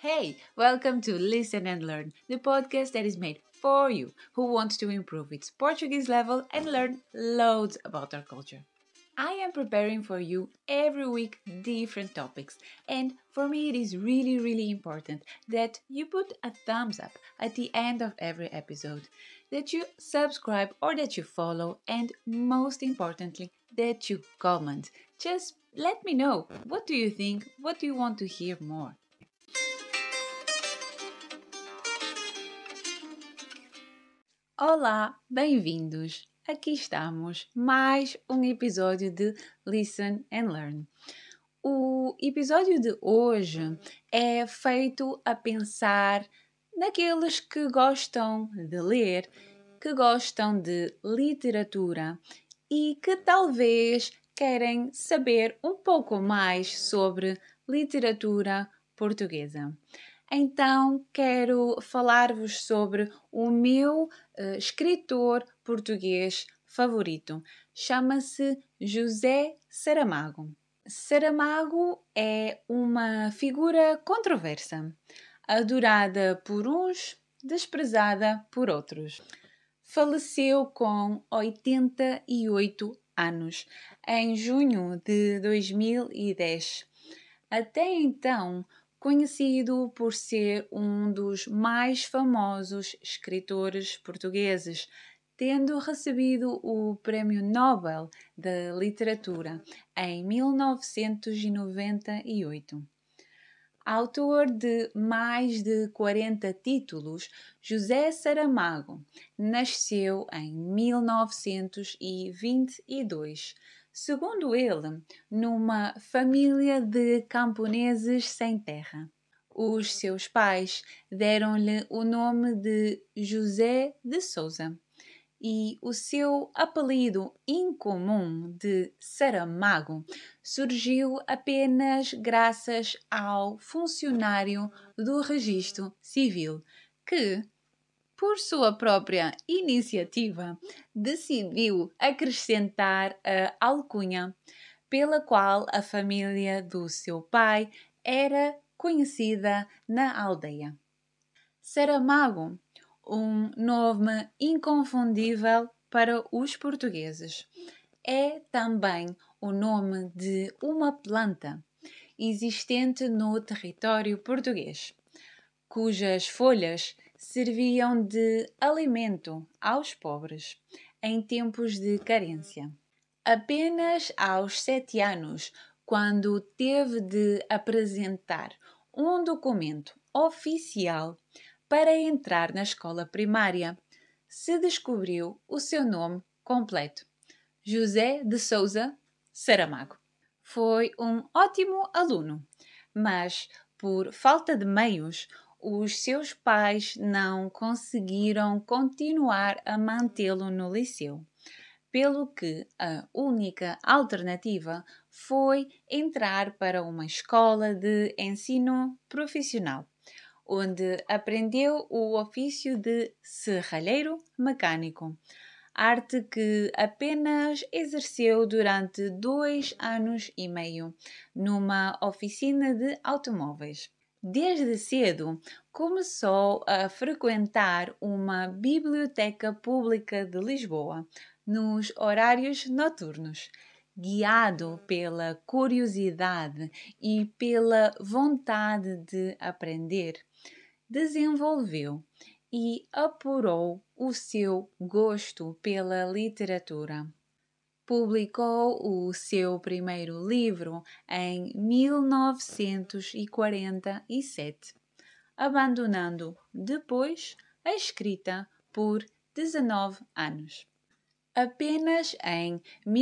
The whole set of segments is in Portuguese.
Hey, welcome to Listen and Learn, the podcast that is made for you who wants to improve its Portuguese level and learn loads about our culture. I am preparing for you every week different topics, and for me it is really important that you put a thumbs up at the end of every episode, that you subscribe or that you follow, and most importantly, that you comment. Just let me know, what do you think? What do you want to hear more? Olá, bem-vindos! Aqui estamos, mais um episódio de Listen and Learn. O episódio de hoje é feito a pensar naqueles que gostam de ler, que gostam de literatura e que talvez querem saber um pouco mais sobre literatura portuguesa. Então, quero falar-vos sobre o meu escritor português favorito. Chama-se José Saramago. Saramago é uma figura controversa, adorada por uns, desprezada por outros. Faleceu com 88 anos, em junho de 2010. Até então, conhecido por ser um dos mais famosos escritores portugueses, tendo recebido o Prémio Nobel da Literatura em 1998. Autor de mais de 40 títulos, José Saramago nasceu em 1922. Segundo ele, numa família de camponeses sem terra. Os seus pais deram-lhe o nome de José de Sousa e o seu apelido incomum de Saramago surgiu apenas graças ao funcionário do Registro Civil que, por sua própria iniciativa, decidiu acrescentar a alcunha pela qual a família do seu pai era conhecida na aldeia. Saramago, um nome inconfundível para os portugueses. É também o nome de uma planta existente no território português, cujas folhas serviam de alimento aos pobres em tempos de carência. Apenas aos 7 anos, quando teve de apresentar um documento oficial para entrar na escola primária, se descobriu o seu nome completo: José de Sousa Saramago. Foi um ótimo aluno, mas por falta de meios, os seus pais não conseguiram continuar a mantê-lo no liceu, pelo que a única alternativa foi entrar para uma escola de ensino profissional, onde aprendeu o ofício de serralheiro mecânico, arte que apenas exerceu durante 2 anos e meio numa oficina de automóveis. Desde cedo, começou a frequentar uma biblioteca pública de Lisboa, nos horários noturnos, guiado pela curiosidade e pela vontade de aprender. Desenvolveu e apurou o seu gosto pela literatura. Publicou o seu primeiro livro em 1947, abandonando depois a escrita por 19 anos. Apenas em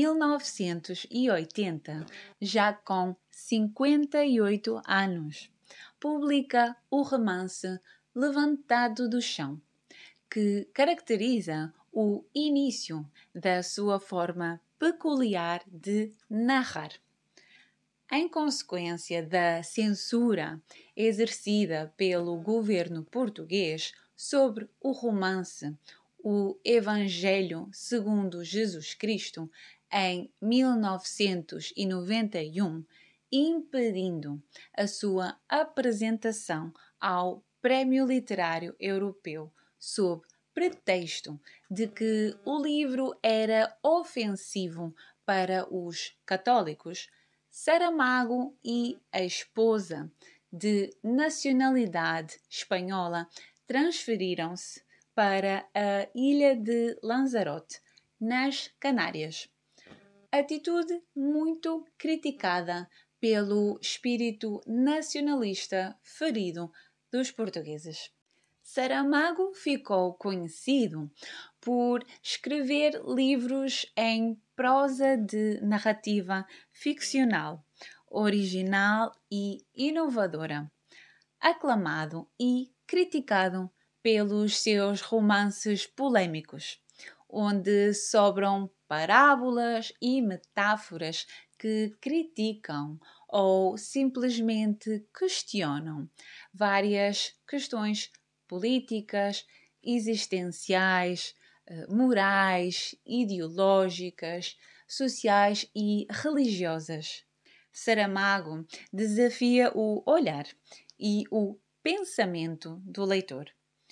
1980, já com 58 anos, publica o romance Levantado do Chão, que caracteriza o início da sua forma peculiar de narrar. Em consequência da censura exercida pelo governo português sobre o romance O Evangelho segundo Jesus Cristo em 1991, impedindo a sua apresentação ao Prémio Literário Europeu sob pretexto de que o livro era ofensivo para os católicos. Saramago e a esposa, de nacionalidade espanhola, transferiram-se para a ilha de Lanzarote, nas Canárias. Atitude muito criticada pelo espírito nacionalista ferido dos portugueses. Saramago ficou conhecido por escrever livros em prosa de narrativa ficcional, original e inovadora, aclamado e criticado pelos seus romances polêmicos, onde sobram parábolas e metáforas que criticam ou simplesmente questionam várias questões políticas, existenciais, morais, ideológicas, sociais e religiosas. Saramago desafia o olhar e o pensamento do leitor.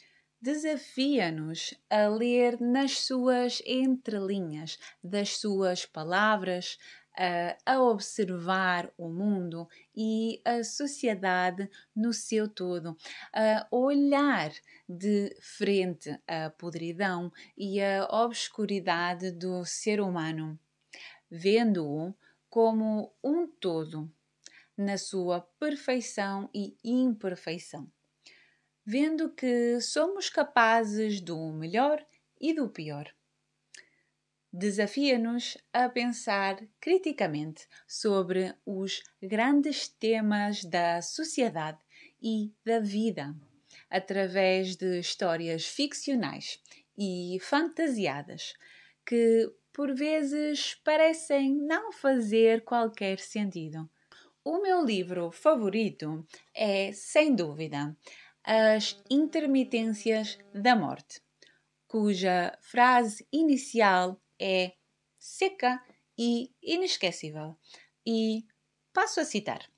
Desafia-nos a ler nas suas entrelinhas das suas palavras, a observar o mundo e a sociedade no seu todo, a olhar de frente à podridão e à obscuridade do ser humano, vendo-o como um todo, na sua perfeição e imperfeição, vendo que somos capazes do melhor e do pior. Desafia-nos a pensar criticamente sobre os grandes temas da sociedade e da vida, através de histórias ficcionais e fantasiadas, que por vezes parecem não fazer qualquer sentido. O meu livro favorito é, sem dúvida, As Intermitências da Morte, cuja frase inicial é seca e inesquecível. E passo a citar: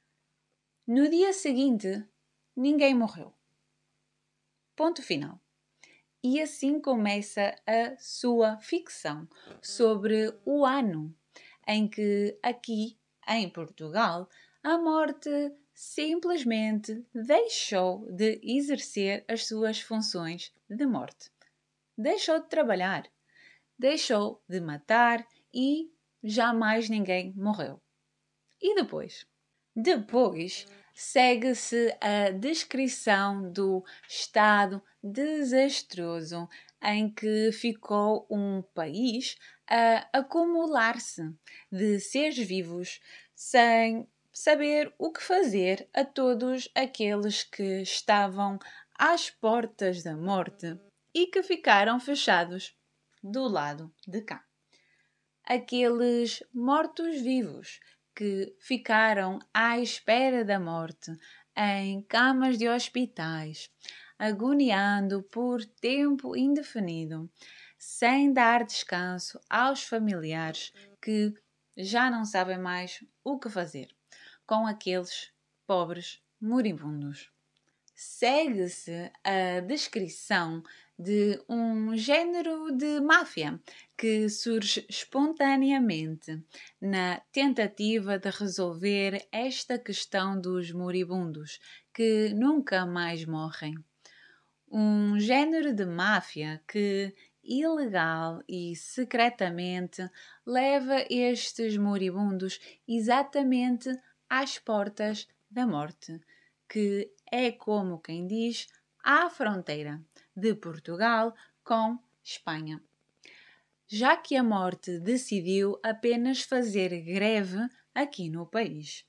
No dia seguinte, ninguém morreu. Ponto final. E assim começa a sua ficção sobre o ano em que, aqui em Portugal, a morte simplesmente deixou de exercer as suas funções de morte. Deixou de trabalhar, deixou de matar e jamais ninguém morreu. E depois? Depois segue-se a descrição do estado desastroso em que ficou um país a acumular-se de seres vivos sem saber o que fazer a todos aqueles que estavam às portas da morte e que ficaram fechados do lado de cá. Aqueles mortos-vivos que ficaram à espera da morte em camas de hospitais, agoniando por tempo indefinido, sem dar descanso aos familiares que já não sabem mais o que fazer com aqueles pobres moribundos. Segue-se a descrição de um género de máfia que surge espontaneamente na tentativa de resolver esta questão dos moribundos que nunca mais morrem. Um género de máfia que, ilegal e secretamente, leva estes moribundos exatamente às portas da morte, que é como quem diz à fronteira de Portugal com Espanha. Já que a morte decidiu apenas fazer greve aqui no país.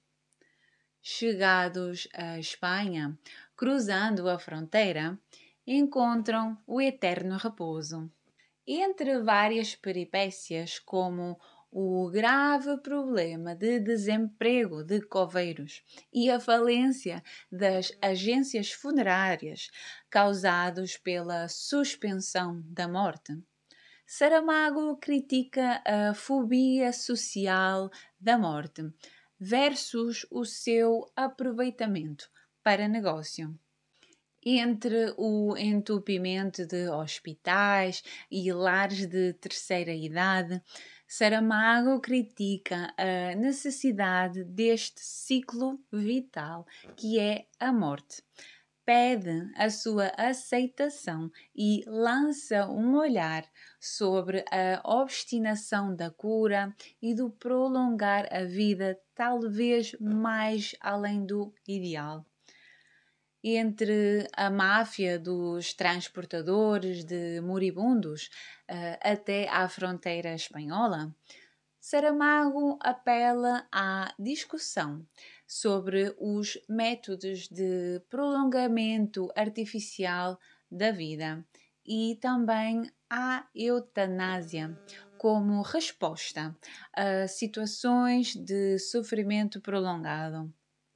Chegados à Espanha, cruzando a fronteira, encontram o eterno repouso. Entre várias peripécias, como o grave problema de desemprego de coveiros e a falência das agências funerárias causados pela suspensão da morte, Saramago critica a fobia social da morte, versus o seu aproveitamento para negócio. Entre o entupimento de hospitais e lares de terceira idade, Saramago critica a necessidade deste ciclo vital que é a morte. Pede a sua aceitação e lança um olhar sobre a obstinação da cura e do prolongar a vida, talvez mais além do ideal. Entre a máfia dos transportadores de moribundos até à fronteira espanhola, Saramago apela à discussão sobre os métodos de prolongamento artificial da vida e também à eutanásia como resposta a situações de sofrimento prolongado.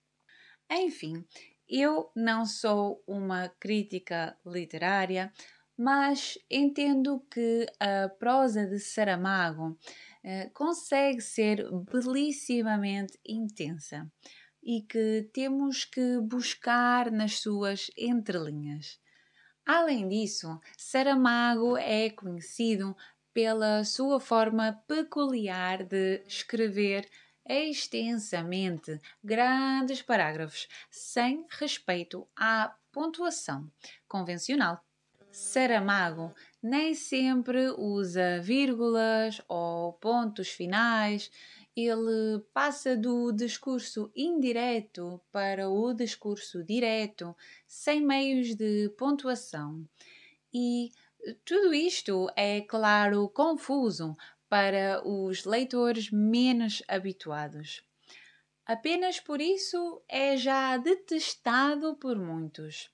Enfim, eu não sou uma crítica literária, mas entendo que a prosa de Saramago consegue ser belíssimamente intensa e que temos que buscar nas suas entrelinhas. Além disso, Saramago é conhecido pela sua forma peculiar de escrever extensamente grandes parágrafos sem respeito à pontuação convencional. Saramago nem sempre usa vírgulas ou pontos finais. Ele passa do discurso indireto para o discurso direto, sem meios de pontuação. E tudo isto é, claro, confuso para os leitores menos habituados. Apenas por isso é já detestado por muitos.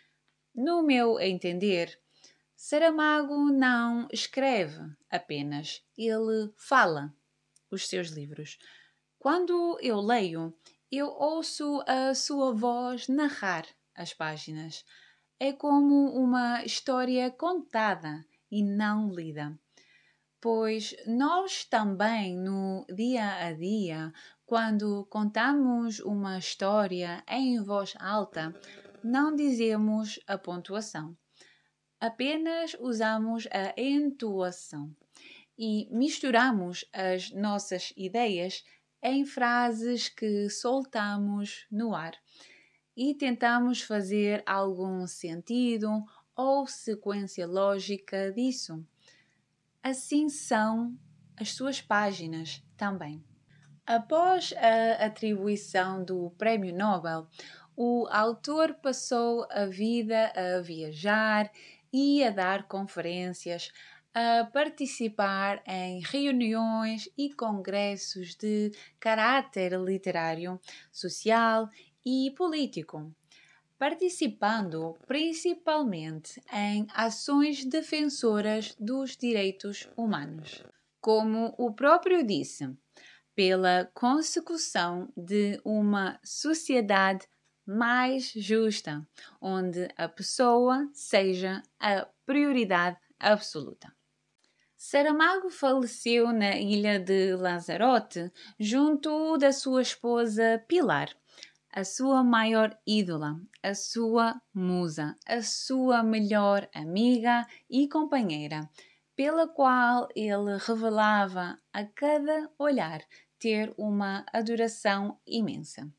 No meu entender, Saramago não escreve apenas, ele fala os seus livros. Quando eu leio, eu ouço a sua voz narrar as páginas. É como uma história contada e não lida. Pois nós também, no dia a dia, quando contamos uma história em voz alta, não dizemos a pontuação. Apenas usamos a entoação e misturamos as nossas ideias em frases que soltamos no ar e tentamos fazer algum sentido ou sequência lógica disso. Assim são as suas páginas também. Após a atribuição do Prémio Nobel, o autor passou a vida a viajar e a dar conferências, a participar em reuniões e congressos de caráter literário, social e político, participando principalmente em ações defensoras dos direitos humanos. Como o próprio disse, pela consecução de uma sociedade mais justa, onde a pessoa seja a prioridade absoluta. Saramago faleceu na ilha de Lanzarote junto da sua esposa Pilar, a sua maior ídola, a sua musa, a sua melhor amiga e companheira, pela qual ele revelava a cada olhar ter uma adoração imensa.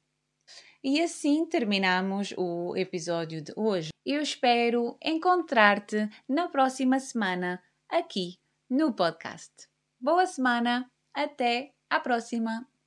E assim terminamos o episódio de hoje. Eu espero encontrar-te na próxima semana aqui no podcast. Boa semana, até à próxima!